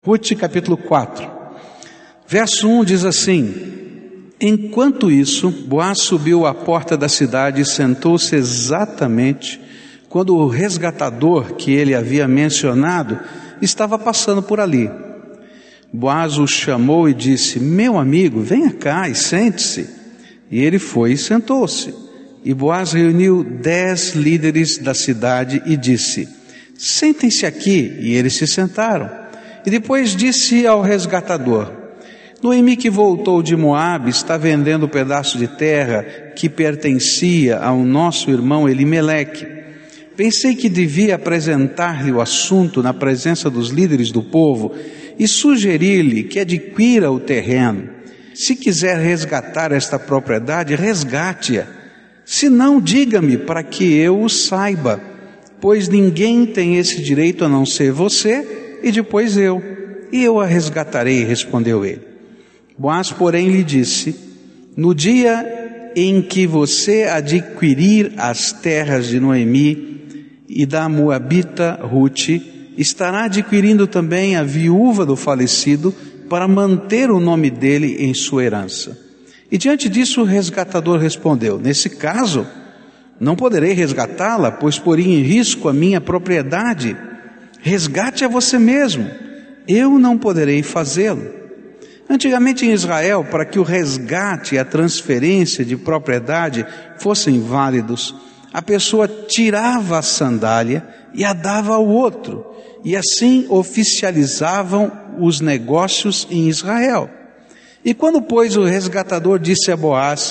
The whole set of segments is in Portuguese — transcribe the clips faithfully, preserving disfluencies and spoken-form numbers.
Ruth capítulo quatro, verso um diz assim: enquanto isso, Boaz subiu à porta da cidade e sentou-se exatamente quando o resgatador que ele havia mencionado estava passando por ali. Boaz o chamou e disse: meu amigo, venha cá e sente-se. E ele foi e sentou-se. E Boaz reuniu dez líderes da cidade e disse: sentem-se aqui. E eles se sentaram. E depois disse ao resgatador: Noemi, que voltou de Moabe, está vendendo um pedaço de terra que pertencia ao nosso irmão Elimeleque. Pensei que devia apresentar-lhe o assunto na presença dos líderes do povo e sugerir-lhe que adquira o terreno. Se quiser resgatar esta propriedade, resgate-a. Se não, diga-me para que eu o saiba, pois ninguém tem esse direito a não ser você e depois eu. E eu a resgatarei, respondeu ele. Boaz, porém, lhe disse: no dia em que você adquirir as terras de Noemi e da Moabita Ruth, estará adquirindo também a viúva do falecido para manter o nome dele em sua herança. E diante disso o resgatador respondeu: nesse caso, não poderei resgatá-la, pois poria em risco a minha propriedade. Resgate a você mesmo, eu não poderei fazê-lo. Antigamente em Israel, para que o resgate e a transferência de propriedade fossem válidos, a pessoa tirava a sandália e a dava ao outro, e assim oficializavam os negócios em Israel. E quando, pois, o resgatador disse a Boaz: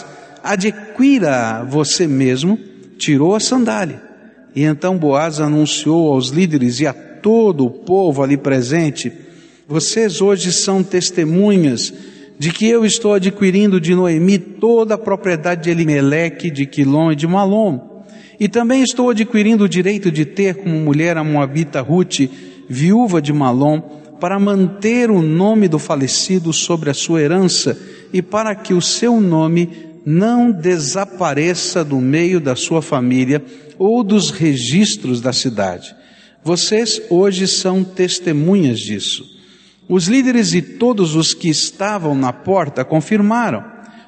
adquira você mesmo, tirou a sandália. E então Boaz anunciou aos líderes e a todo o povo ali presente: vocês hoje são testemunhas de que eu estou adquirindo de Noemi toda a propriedade de Elimeleque, de Quilom e de Malom. E também estou adquirindo o direito de ter como mulher a Moabita Ruth, viúva de Malom, para manter o nome do falecido sobre a sua herança e para que o seu nome não desapareça do meio da sua família ou dos registros da cidade. Vocês hoje são testemunhas disso. Os líderes e todos os que estavam na porta confirmaram: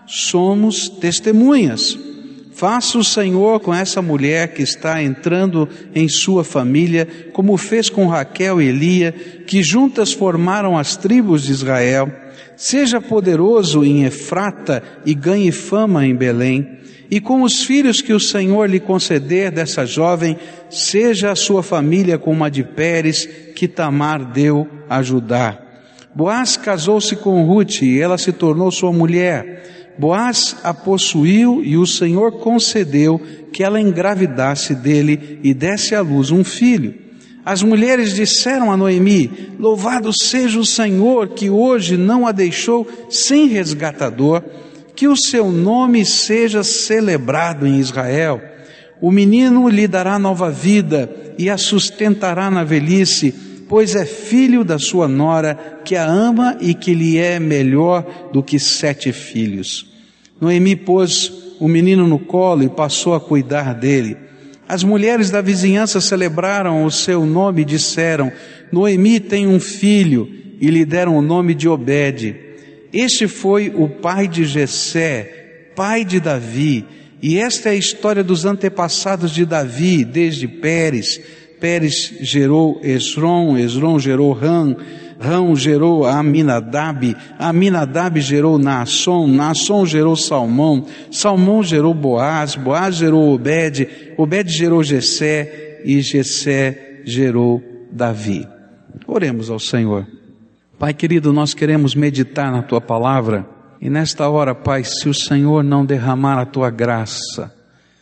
somos testemunhas. Faça o Senhor com essa mulher que está entrando em sua família, como fez com Raquel e Lia, que juntas formaram as tribos de Israel. Seja poderoso em Efrata e ganhe fama em Belém. E com os filhos que o Senhor lhe conceder dessa jovem, seja a sua família como a de Pérez, que Tamar deu a Judá. Boaz casou-se com Ruth e ela se tornou sua mulher. Boaz a possuiu e o Senhor concedeu que ela engravidasse dele e desse à luz um filho. As mulheres disseram a Noemi: louvado seja o Senhor que hoje não a deixou sem resgatador, que o seu nome seja celebrado em Israel. O menino lhe dará nova vida e a sustentará na velhice, pois é filho da sua nora, que a ama e que lhe é melhor do que sete filhos. Noemi pôs o menino no colo e passou a cuidar dele. As mulheres da vizinhança celebraram o seu nome e disseram: Noemi tem um filho, e lhe deram o nome de Obed. Este foi o pai de Jessé, pai de Davi, e esta é a história dos antepassados de Davi, desde Pérez. Pérez gerou Esrom, Esrom gerou Ram, Ram gerou Aminadab, Aminadab gerou Naasson, Naasson gerou Salmão, Salmão gerou Boaz, Boaz gerou Obed, Obed gerou Jessé e Jessé gerou Davi. Oremos ao Senhor. Pai querido, nós queremos meditar na Tua palavra e nesta hora, Pai, se o Senhor não derramar a Tua graça,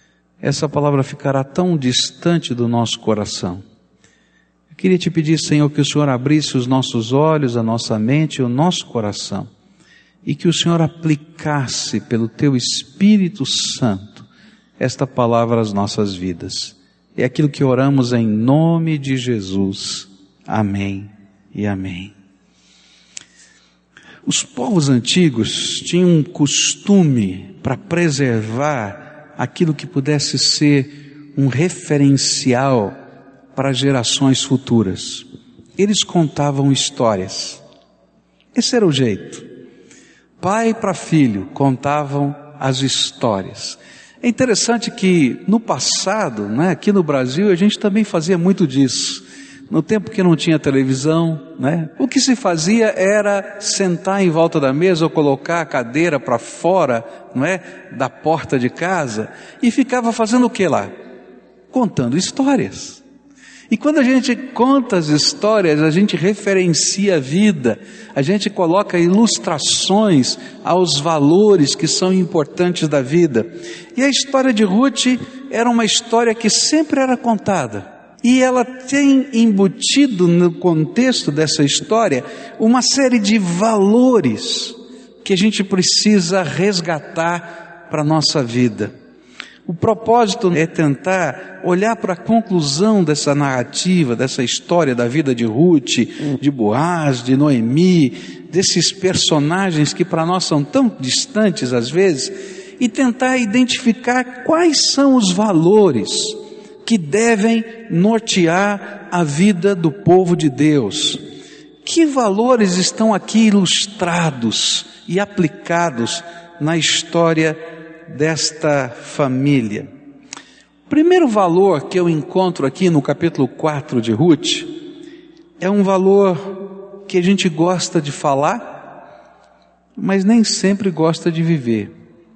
essa palavra ficará tão distante do nosso coração. Eu queria te pedir, Senhor, que o Senhor abrisse os nossos olhos, a nossa mente e o nosso coração, e que o Senhor aplicasse pelo Teu Espírito Santo esta palavra às nossas vidas. É aquilo que oramos em nome de Jesus. Amém e amém. Os povos antigos tinham um costume para preservar aquilo que pudesse ser um referencial para gerações futuras. eles contavam histórias. Esse era o jeito. Pai para filho contavam as histórias. É interessante que no passado, né, aqui no Brasil, a gente também fazia muito disso. No tempo que não tinha televisão, né, o que se fazia era sentar em volta da mesa ou colocar a cadeira para fora, não é, da porta de casa e ficava fazendo o que lá? Contando histórias. E quando a gente conta as histórias, a gente referencia a vida, a gente coloca ilustrações aos valores que são importantes da vida. E a história de Ruth era uma história que sempre era contada. E ela tem embutido no contexto dessa história uma série de valores que a gente precisa resgatar para a nossa vida. O propósito é tentar olhar para a conclusão dessa narrativa, dessa história da vida de Ruth, de Boaz, de Noemi, desses personagens que para nós são tão distantes às vezes, e tentar identificar quais são os valores que devem nortear a vida do povo de Deus. Que valores estão aqui ilustrados e aplicados na história desta família? O primeiro valor que eu encontro aqui no capítulo quatro de Ruth é um valor que a gente gosta de falar, mas nem sempre gosta de viver.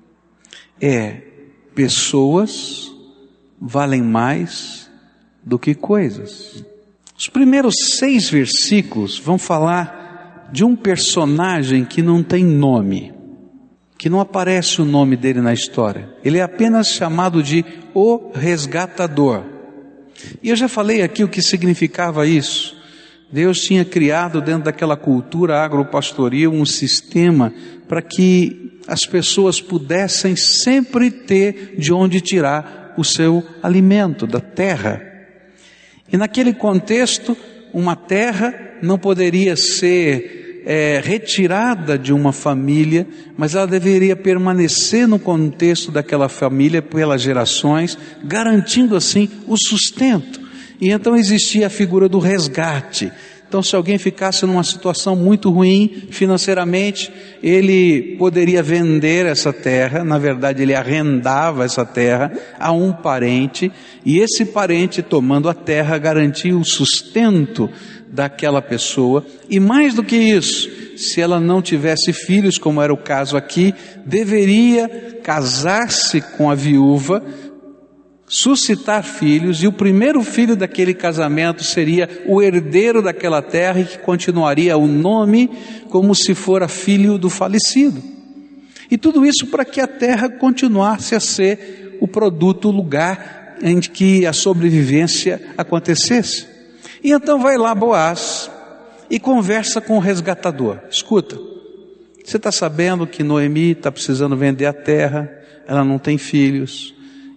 É: pessoas valem mais do que coisas. Os primeiros seis versículos vão falar de um personagem que não tem nome, que não aparece o nome dele na história. Ele é apenas chamado de o resgatador. E eu já falei aqui o que significava isso. Deus tinha criado dentro daquela cultura agropastoril um sistema para que as pessoas pudessem sempre ter de onde tirar o seu alimento, da terra. E naquele contexto, uma terra não poderia ser é, retirada de uma família, mas ela deveria permanecer no contexto daquela família pelas gerações, garantindo assim o sustento. E então existia a figura do resgate. Então, se alguém ficasse numa situação muito ruim financeiramente, ele poderia vender essa terra. Na verdade, ele arrendava essa terra a um parente, e esse parente, tomando a terra, garantia o sustento daquela pessoa. E mais do que isso, se ela não tivesse filhos, como era o caso aqui, deveria casar-se com a viúva, suscitar filhos, e o primeiro filho daquele casamento seria o herdeiro daquela terra, e que continuaria o nome como se fora filho do falecido. E tudo isso para que a terra continuasse a ser o produto, o lugar em que a sobrevivência acontecesse. E então vai lá Boaz e conversa com o resgatador. Escuta, você está sabendo que Noemi está precisando vender a terra, ela não tem filhos,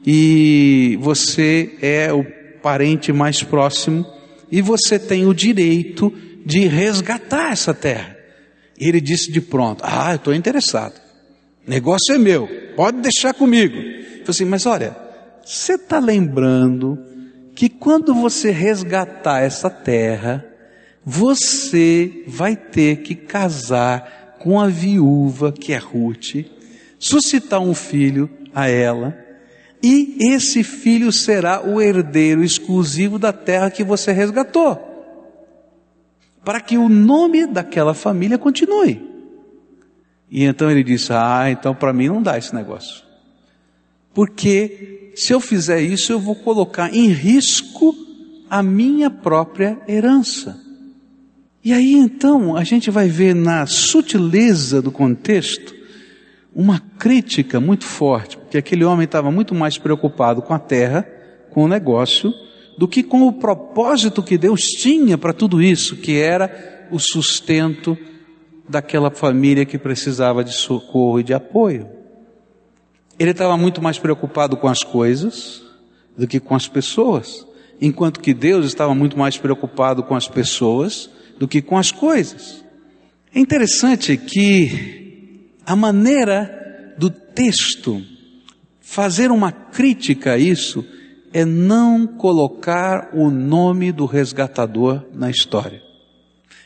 e você é o parente mais próximo, e você tem o direito de resgatar essa terra. E ele disse de pronto: ah, eu estou interessado, negócio é meu, pode deixar comigo. Eu falei assim: mas olha, você está lembrando que quando você resgatar essa terra, você vai ter que casar com a viúva, que é Ruth, suscitar um filho a ela, e esse filho será o herdeiro exclusivo da terra que você resgatou, para que o nome daquela família continue. E então ele disse: ah, então para mim não dá esse negócio, porque se eu fizer isso eu vou colocar em risco a minha própria herança. E aí então a gente vai ver na sutileza do contexto uma crítica muito forte, porque aquele homem estava muito mais preocupado com a terra, com o negócio, do que com o propósito que Deus tinha para tudo isso, que era o sustento daquela família que precisava de socorro e de apoio. Ele estava muito mais preocupado com as coisas do que com as pessoas, enquanto que Deus estava muito mais preocupado com as pessoas do que com as coisas. É interessante que a maneira do texto fazer uma crítica a isso é não colocar o nome do resgatador na história.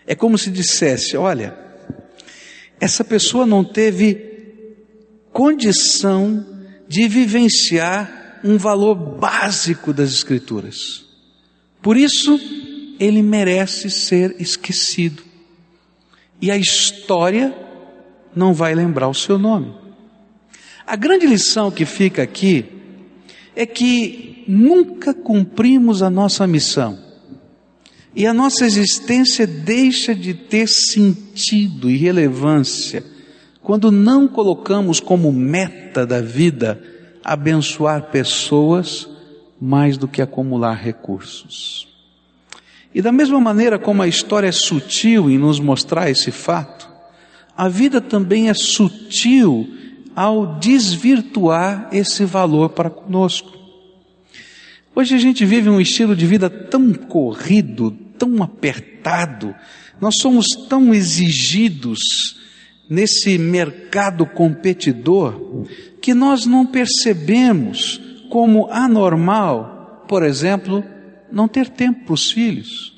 É como se dissesse: olha, essa pessoa não teve condição de vivenciar um valor básico das Escrituras. Por isso, ele merece ser esquecido. E a história não vai lembrar o seu nome. A grande lição que fica aqui é que nunca cumprimos a nossa missão. E a nossa existência deixa de ter sentido e relevância quando não colocamos como meta da vida abençoar pessoas mais do que acumular recursos. E da mesma maneira como a história é sutil em nos mostrar esse fato, a vida também é sutil ao desvirtuar esse valor para conosco. Hoje a gente vive um estilo de vida tão corrido, tão apertado, nós somos tão exigidos nesse mercado competidor, que nós não percebemos como anormal, por exemplo, não ter tempo para os filhos.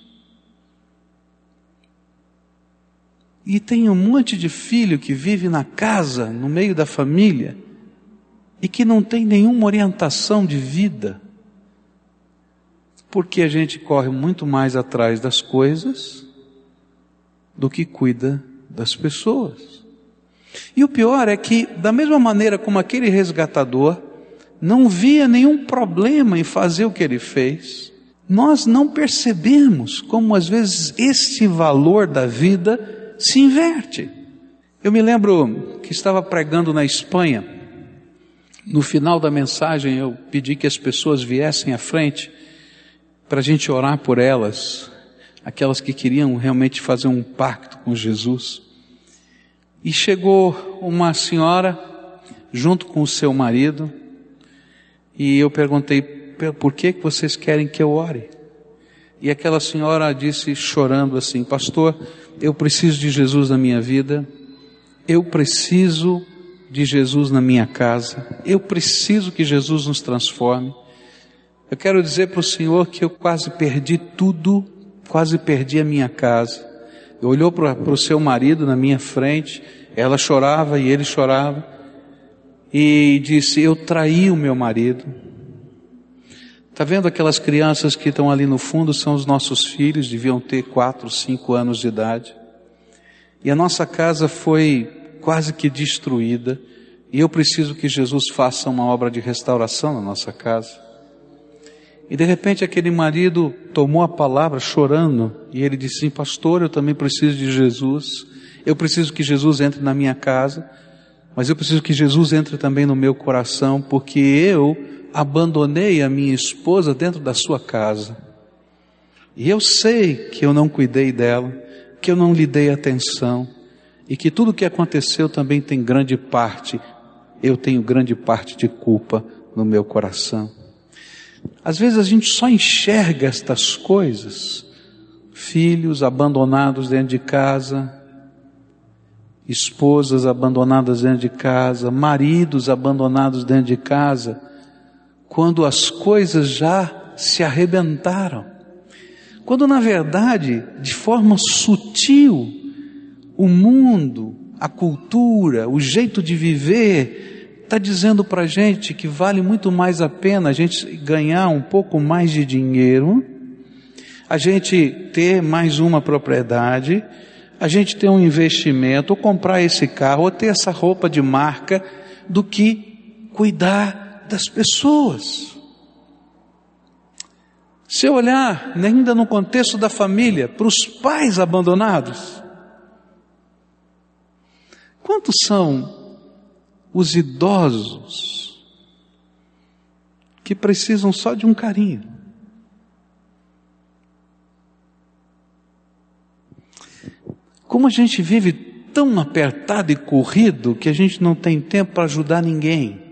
E tem um monte de filho que vive na casa, no meio da família, e que não tem nenhuma orientação de vida, porque a gente corre muito mais atrás das coisas do que cuida das pessoas. E o pior é que, da mesma maneira como aquele resgatador não via nenhum problema em fazer o que ele fez, nós não percebemos como às vezes este valor da vida se inverte. Eu me lembro que estava pregando na Espanha. No final da mensagem eu pedi que as pessoas viessem à frente para a gente orar por elas, aquelas que queriam realmente fazer um pacto com Jesus. E chegou uma senhora junto com o seu marido, e eu perguntei: por que vocês querem que eu ore? E aquela senhora disse, chorando assim: pastor, eu preciso de Jesus na minha vida, eu preciso de Jesus na minha casa, eu preciso que Jesus nos transforme. Eu quero dizer para o Senhor que eu quase perdi tudo, quase perdi a minha casa. Eu olhou para, para o seu marido na minha frente, ela chorava e ele chorava, e disse: eu traí o meu marido. Está vendo aquelas crianças que estão ali no fundo? São os nossos filhos, deviam ter quatro, cinco anos de idade. E a nossa casa foi quase que destruída, e eu preciso que Jesus faça uma obra de restauração na nossa casa. E de repente aquele marido tomou a palavra chorando, e ele disse assim: pastor, eu também preciso de Jesus, eu preciso que Jesus entre na minha casa, mas eu preciso que Jesus entre também no meu coração, porque eu abandonei a minha esposa dentro da sua casa, e eu sei que eu não cuidei dela, que eu não lhe dei atenção, e que tudo o que aconteceu também tem grande parte, eu tenho grande parte de culpa no meu coração. Às vezes a gente só enxerga estas coisas, filhos abandonados dentro de casa, esposas abandonadas dentro de casa, maridos abandonados dentro de casa, quando as coisas já se arrebentaram, quando na verdade, de forma sutil, o mundo, a cultura, o jeito de viver está dizendo para a gente que vale muito mais a pena a gente ganhar um pouco mais de dinheiro, a gente ter mais uma propriedade, a gente ter um investimento, ou comprar esse carro, ou ter essa roupa de marca, do que cuidar das pessoas. Se eu olhar ainda no contexto da família, para os pais abandonados, quantos são os idosos que precisam só de um carinho? Como a gente vive tão apertado e corrido que a gente não tem tempo para ajudar ninguém.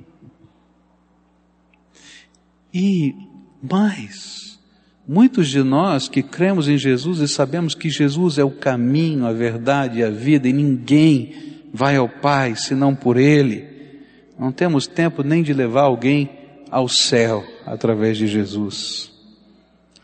E mais, muitos de nós que cremos em Jesus e sabemos que Jesus é o caminho, a verdade e a vida, e ninguém vai ao Pai senão por Ele, não temos tempo nem de levar alguém ao céu através de Jesus.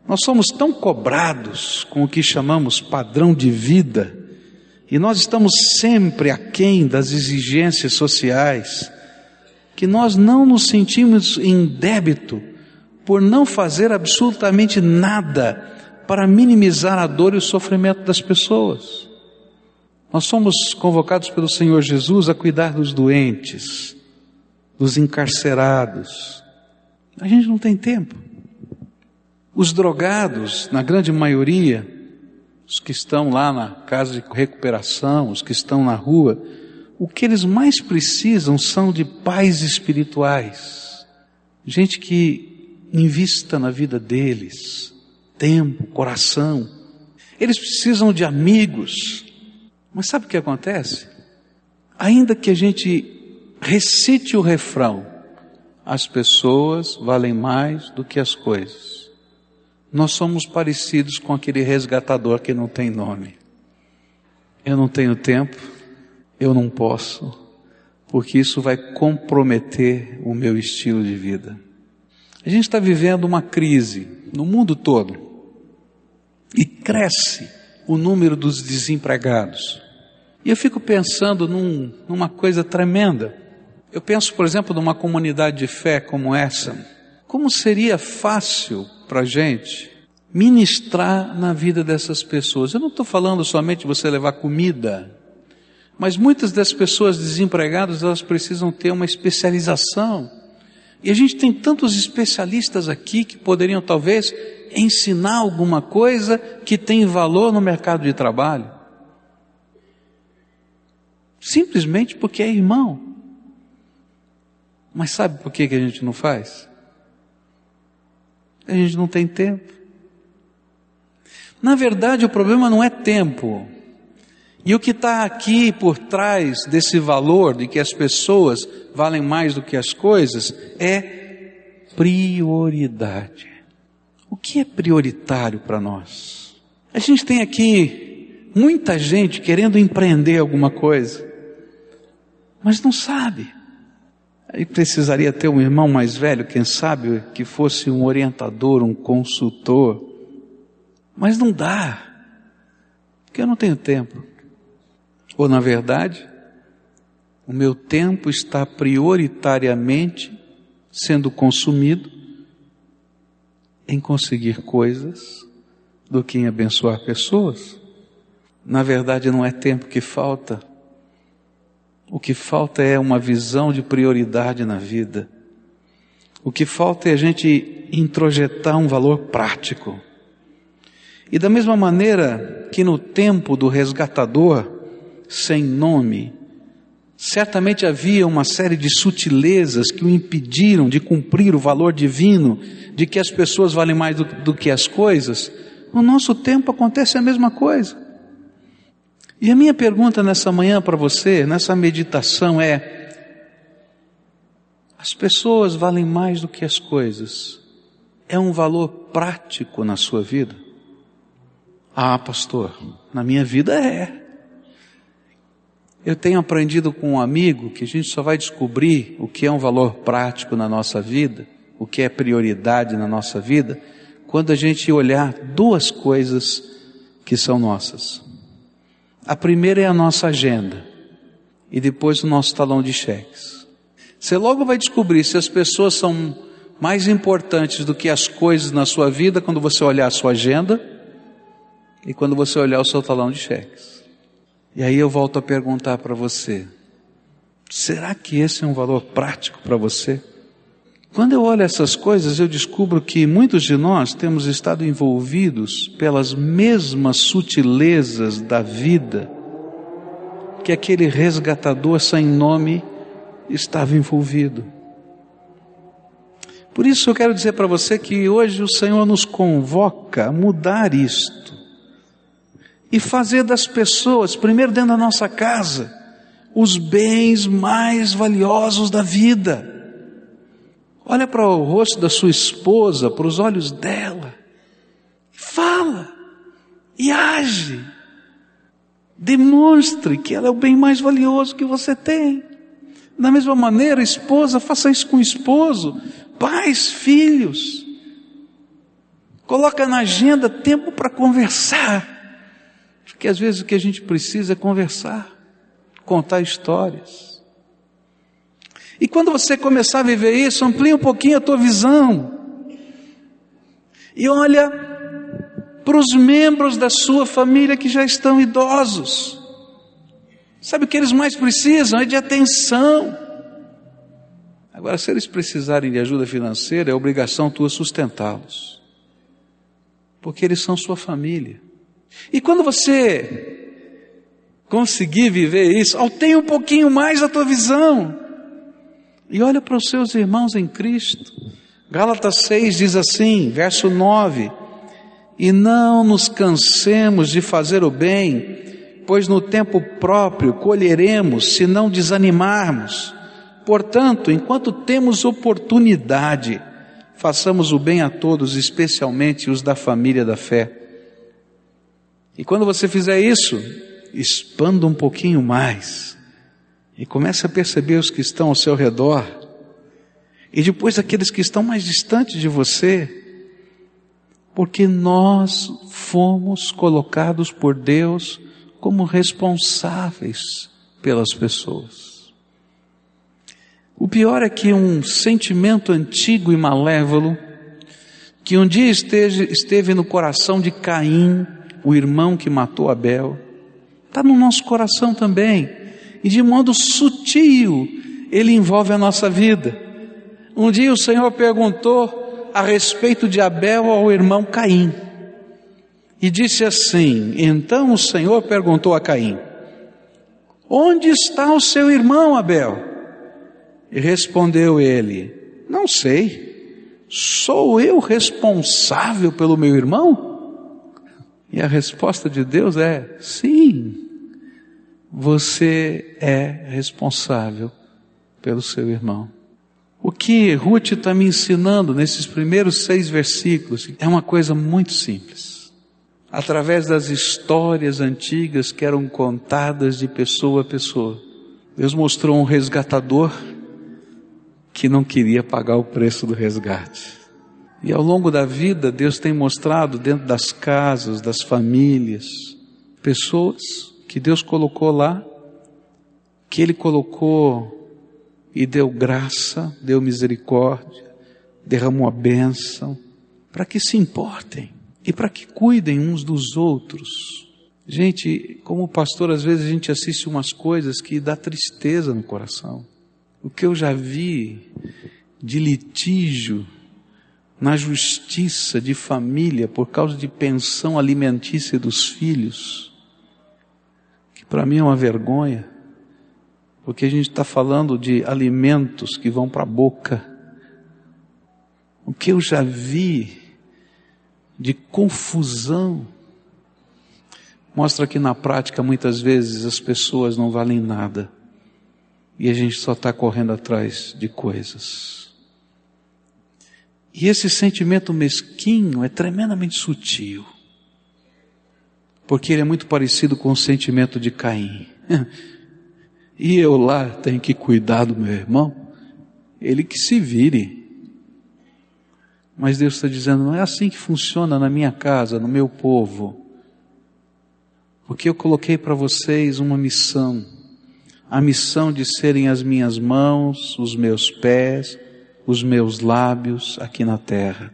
Nós somos tão cobrados com o que chamamos padrão de vida, e nós estamos sempre aquém das exigências sociais, que nós não nos sentimos em débito por não fazer absolutamente nada para minimizar a dor e o sofrimento das pessoas. Nós somos convocados pelo Senhor Jesus a cuidar dos doentes, dos encarcerados. A gente não tem tempo. Os drogados, na grande maioria, os que estão lá na casa de recuperação, os que estão na rua, o que eles mais precisam são de pais espirituais. Gente que invista na vida deles, tempo, coração. Eles precisam de amigos. Mas sabe o que acontece? Ainda que a gente recite o refrão, as pessoas valem mais do que as coisas. Nós somos parecidos com aquele resgatador que não tem nome. Eu não tenho tempo, eu não posso, porque isso vai comprometer o meu estilo de vida. A gente está vivendo uma crise no mundo todo e cresce o número dos desempregados. E eu fico pensando num, numa coisa tremenda. Eu penso, por exemplo, numa comunidade de fé como essa. Como seria fácil para a gente ministrar na vida dessas pessoas? Eu não estou falando somente de você levar comida, mas muitas das pessoas desempregadas, elas precisam ter uma especialização. E a gente tem tantos especialistas aqui que poderiam talvez ensinar alguma coisa que tem valor no mercado de trabalho. Simplesmente porque é irmão. Mas sabe por que que a gente não faz? A gente não tem tempo. Na verdade, o problema não é tempo. E o que está aqui por trás desse valor de que as pessoas valem mais do que as coisas é prioridade. O que é prioritário para nós? A gente tem aqui muita gente querendo empreender alguma coisa, mas não sabe. Aí precisaria ter um irmão mais velho, quem sabe, que fosse um orientador, um consultor. Mas não dá, porque eu não tenho tempo. Ou na verdade, o meu tempo está prioritariamente sendo consumido em conseguir coisas do que em abençoar pessoas. Na verdade, não é tempo que falta. O que falta é uma visão de prioridade na vida. O que falta é a gente introjetar um valor prático. E da mesma maneira que no tempo do resgatador, sem nome, certamente havia uma série de sutilezas que o impediram de cumprir o valor divino, de que as pessoas valem mais do, do que as coisas. No nosso tempo acontece a mesma coisa. E a minha pergunta nessa manhã para você, nessa meditação é: as pessoas valem mais do que as coisas? É um valor prático na sua vida? Ah, pastor, na minha vida é. Eu tenho aprendido com um amigo que a gente só vai descobrir o que é um valor prático na nossa vida, o que é prioridade na nossa vida, quando a gente olhar duas coisas que são nossas. A primeira é a nossa agenda e depois o nosso talão de cheques. Você logo vai descobrir se as pessoas são mais importantes do que as coisas na sua vida quando você olhar a sua agenda e quando você olhar o seu talão de cheques. E aí eu volto a perguntar para você: será que esse é um valor prático para você? Quando eu olho essas coisas, eu descubro que muitos de nós temos estado envolvidos pelas mesmas sutilezas da vida que aquele resgatador sem nome estava envolvido. Por isso eu quero dizer para você que hoje o Senhor nos convoca a mudar isto e fazer das pessoas, primeiro dentro da nossa casa, os bens mais valiosos da vida. Olha para o rosto da sua esposa, para os olhos dela, fala e age, demonstre que ela é o bem mais valioso que você tem. Da mesma maneira, esposa, faça isso com o esposo, pais, filhos. Coloca na agenda tempo para conversar. Porque às vezes o que a gente precisa é conversar, contar histórias. E quando você começar a viver isso, amplia um pouquinho a tua visão. E olha para os membros da sua família que já estão idosos. Sabe o que eles mais precisam? É de atenção. Agora, se eles precisarem de ajuda financeira, é obrigação tua sustentá-los. Porque eles são sua família. E quando você conseguir viver isso, alteia um pouquinho mais a tua visão. E olha para os seus irmãos em Cristo. Gálatas seis diz assim, verso nove. E não nos cansemos de fazer o bem, pois no tempo próprio colheremos, se não desanimarmos. Portanto, enquanto temos oportunidade, façamos o bem a todos, especialmente os da família da fé. E quando você fizer isso, expanda um pouquinho mais e comece a perceber os que estão ao seu redor e depois aqueles que estão mais distantes de você, porque nós fomos colocados por Deus como responsáveis pelas pessoas. O pior é que um sentimento antigo e malévolo, que um dia esteve, esteve no coração de Caim, o irmão que matou Abel, está no nosso coração também, e de modo sutil, ele envolve a nossa vida. Um dia o Senhor perguntou a respeito de Abel ao irmão Caim, e disse assim, então o Senhor perguntou a Caim, onde está o seu irmão Abel? E respondeu ele, não sei, sou eu responsável pelo meu irmão? E a resposta de Deus é, sim, você é responsável pelo seu irmão. O que Ruth está me ensinando nesses primeiros seis versículos é uma coisa muito simples. Através das histórias antigas que eram contadas de pessoa a pessoa, Deus mostrou um resgatador que não queria pagar o preço do resgate. E ao longo da vida, Deus tem mostrado dentro das casas, das famílias, pessoas que Deus colocou lá, que Ele colocou e deu graça, deu misericórdia, derramou a bênção, para que se importem e para que cuidem uns dos outros. Gente, como pastor, às vezes a gente assiste umas coisas que dá tristeza no coração. O que eu já vi de litígio na justiça de família por causa de pensão alimentícia dos filhos, que para mim é uma vergonha, porque a gente está falando de alimentos que vão para a boca. O que eu já vi de confusão mostra que na prática muitas vezes as pessoas não valem nada e a gente só está correndo atrás de coisas. E esse sentimento mesquinho é tremendamente sutil, porque ele é muito parecido com o sentimento de Caim. E eu lá tenho que cuidar do meu irmão, ele que se vire. Mas Deus está dizendo, não é assim que funciona na minha casa, no meu povo. Porque eu coloquei para vocês uma missão, a missão de serem as minhas mãos, os meus pés, os meus lábios aqui na terra.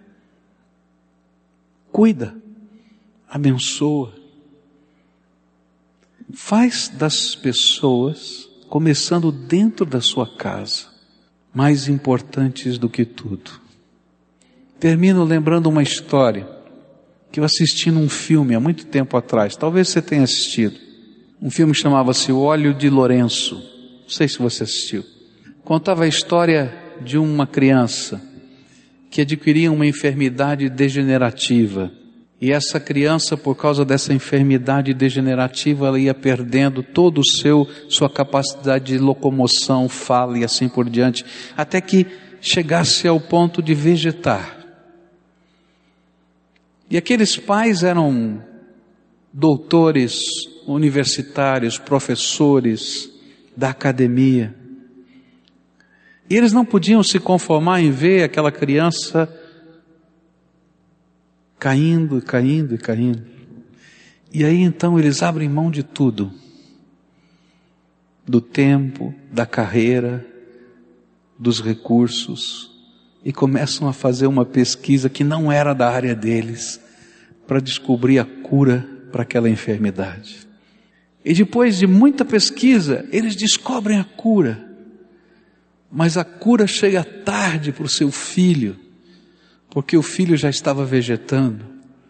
Cuida, abençoa, faz das pessoas, começando dentro da sua casa, mais importantes do que tudo. Termino lembrando uma história que eu assisti num filme há muito tempo atrás, talvez você tenha assistido. Um filme chamava-se O Óleo de Lourenço, não sei se você assistiu. Contava a história de uma criança que adquiria uma enfermidade degenerativa. E essa criança, por causa dessa enfermidade degenerativa, ela ia perdendo todo o seu, sua capacidade de locomoção, fala e assim por diante, até que chegasse ao ponto de vegetar. E aqueles pais eram doutores universitários, professores da academia. E eles não podiam se conformar em ver aquela criança caindo e caindo e caindo. E aí então eles abrem mão de tudo, do tempo, da carreira, dos recursos, e começam a fazer uma pesquisa que não era da área deles, para descobrir a cura para aquela enfermidade. E depois de muita pesquisa, eles descobrem a cura, mas a cura chega tarde para o seu filho, porque o filho já estava vegetando.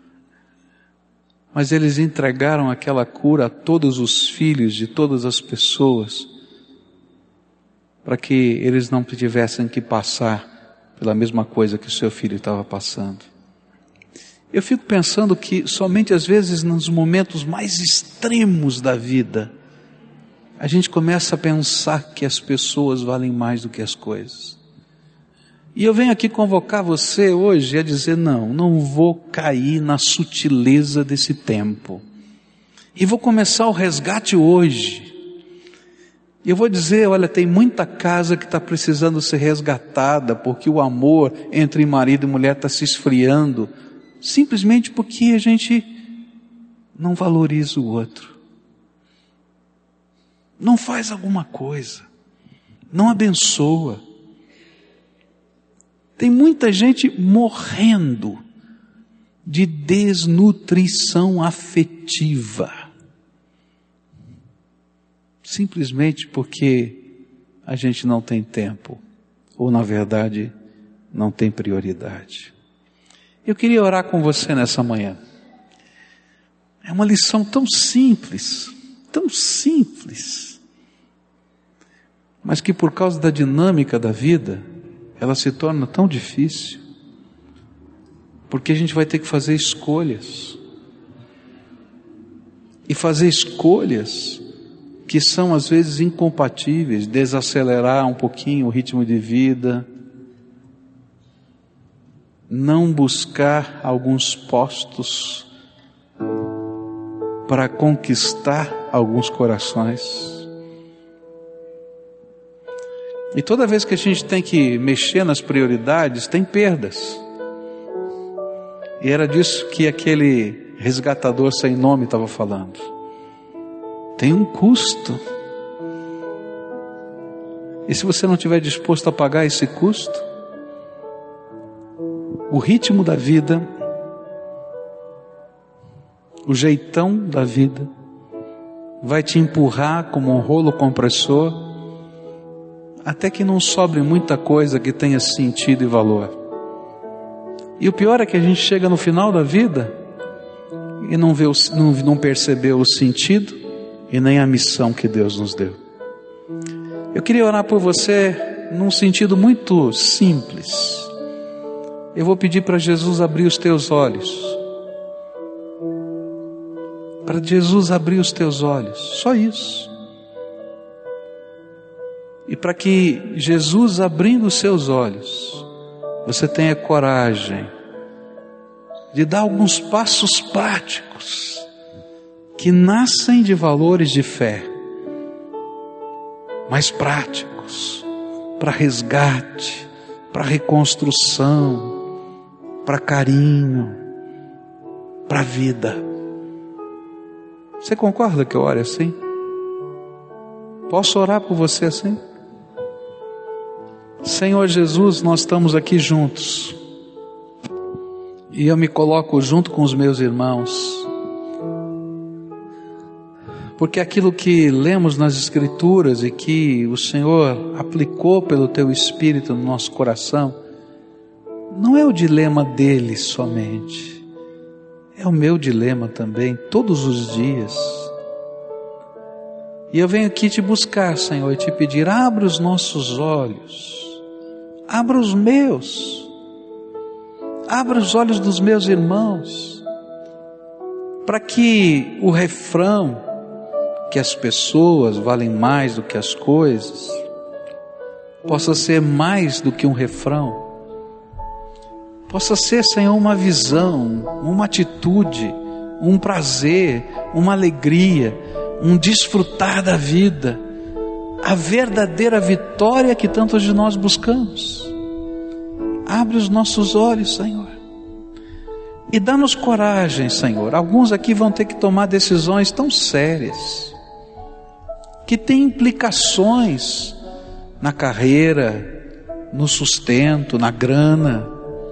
Mas eles entregaram aquela cura a todos os filhos de todas as pessoas, para que eles não tivessem que passar pela mesma coisa que o seu filho estava passando. Eu fico pensando que somente às vezes nos momentos mais extremos da vida, a gente começa a pensar que as pessoas valem mais do que as coisas. E eu venho aqui convocar você hoje a dizer, não, não vou cair na sutileza desse tempo. E vou começar o resgate hoje. E eu vou dizer, olha, tem muita casa que está precisando ser resgatada, porque o amor entre marido e mulher está se esfriando, simplesmente porque a gente não valoriza o outro. Não faz alguma coisa. Não abençoa. Tem muita gente morrendo de desnutrição afetiva. Simplesmente porque a gente não tem tempo, ou na verdade, não tem prioridade. Eu queria orar com você nessa manhã. É uma lição tão simples, tão simples, mas que por causa da dinâmica da vida, ela se torna tão difícil, porque a gente vai ter que fazer escolhas, e fazer escolhas que são às vezes incompatíveis, desacelerar um pouquinho o ritmo de vida, não buscar alguns postos para conquistar alguns corações. E toda vez que a gente tem que mexer nas prioridades, tem perdas. E era disso que aquele resgatador sem nome estava falando. Tem um custo. E se você não estiver disposto a pagar esse custo, o ritmo da vida, o jeitão da vida, vai te empurrar como um rolo compressor, até que não sobre muita coisa que tenha sentido e valor. E o pior é que a gente chega no final da vida e não, vê o, não, não percebeu o sentido e nem a missão que Deus nos deu. Eu queria orar por você num sentido muito simples. Eu vou pedir para Jesus abrir os teus olhos. Para Jesus abrir os teus olhos. Só isso. E para que Jesus abrindo os seus olhos, você tenha coragem de dar alguns passos práticos que nascem de valores de fé, mas práticos, para resgate, para reconstrução, para carinho, para vida. Você concorda que eu ore assim? Posso orar por você assim? Senhor Jesus, nós estamos aqui juntos, e eu me coloco junto com os meus irmãos, porque aquilo que lemos nas Escrituras e que o Senhor aplicou pelo Teu Espírito no nosso coração, não é o dilema deles somente, é o meu dilema também, todos os dias. E eu venho aqui te buscar, Senhor, e te pedir, abra os nossos olhos, abra os meus, abra os olhos dos meus irmãos, para que o refrão, que as pessoas valem mais do que as coisas, possa ser mais do que um refrão, possa ser, Senhor, uma visão, uma atitude, um prazer, uma alegria, um desfrutar da vida, a verdadeira vitória que tantos de nós buscamos. Abre os nossos olhos, Senhor. E dá-nos coragem, Senhor. Alguns aqui vão ter que tomar decisões tão sérias, que têm implicações na carreira, no sustento, na grana,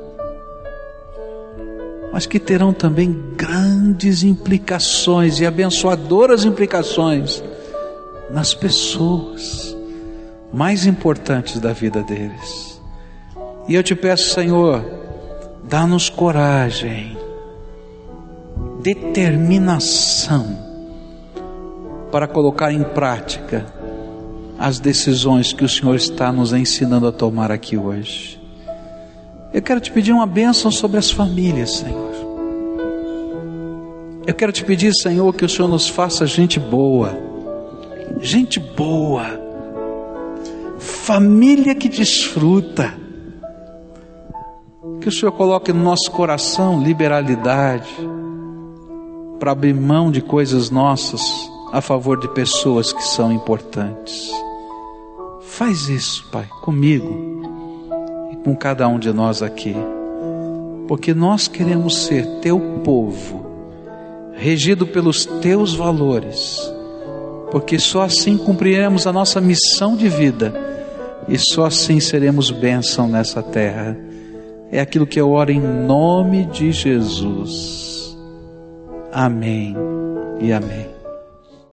mas que terão também grandes implicações e abençoadoras implicações nas pessoas mais importantes da vida deles. E eu te peço, Senhor, dá-nos coragem, determinação para colocar em prática as decisões que o Senhor está nos ensinando a tomar aqui hoje. Eu quero te pedir uma bênção sobre as famílias, Senhor. Eu quero te pedir, Senhor, que o Senhor nos faça gente boa, gente boa, família que desfruta. Que o Senhor coloque no nosso coração liberalidade para abrir mão de coisas nossas a favor de pessoas que são importantes. Faz isso, Pai, comigo e com cada um de nós aqui, porque nós queremos ser teu povo, regido pelos teus valores, porque só assim cumpriremos a nossa missão de vida e só assim seremos bênção nessa terra. É aquilo que eu oro em nome de Jesus. Amém e amém.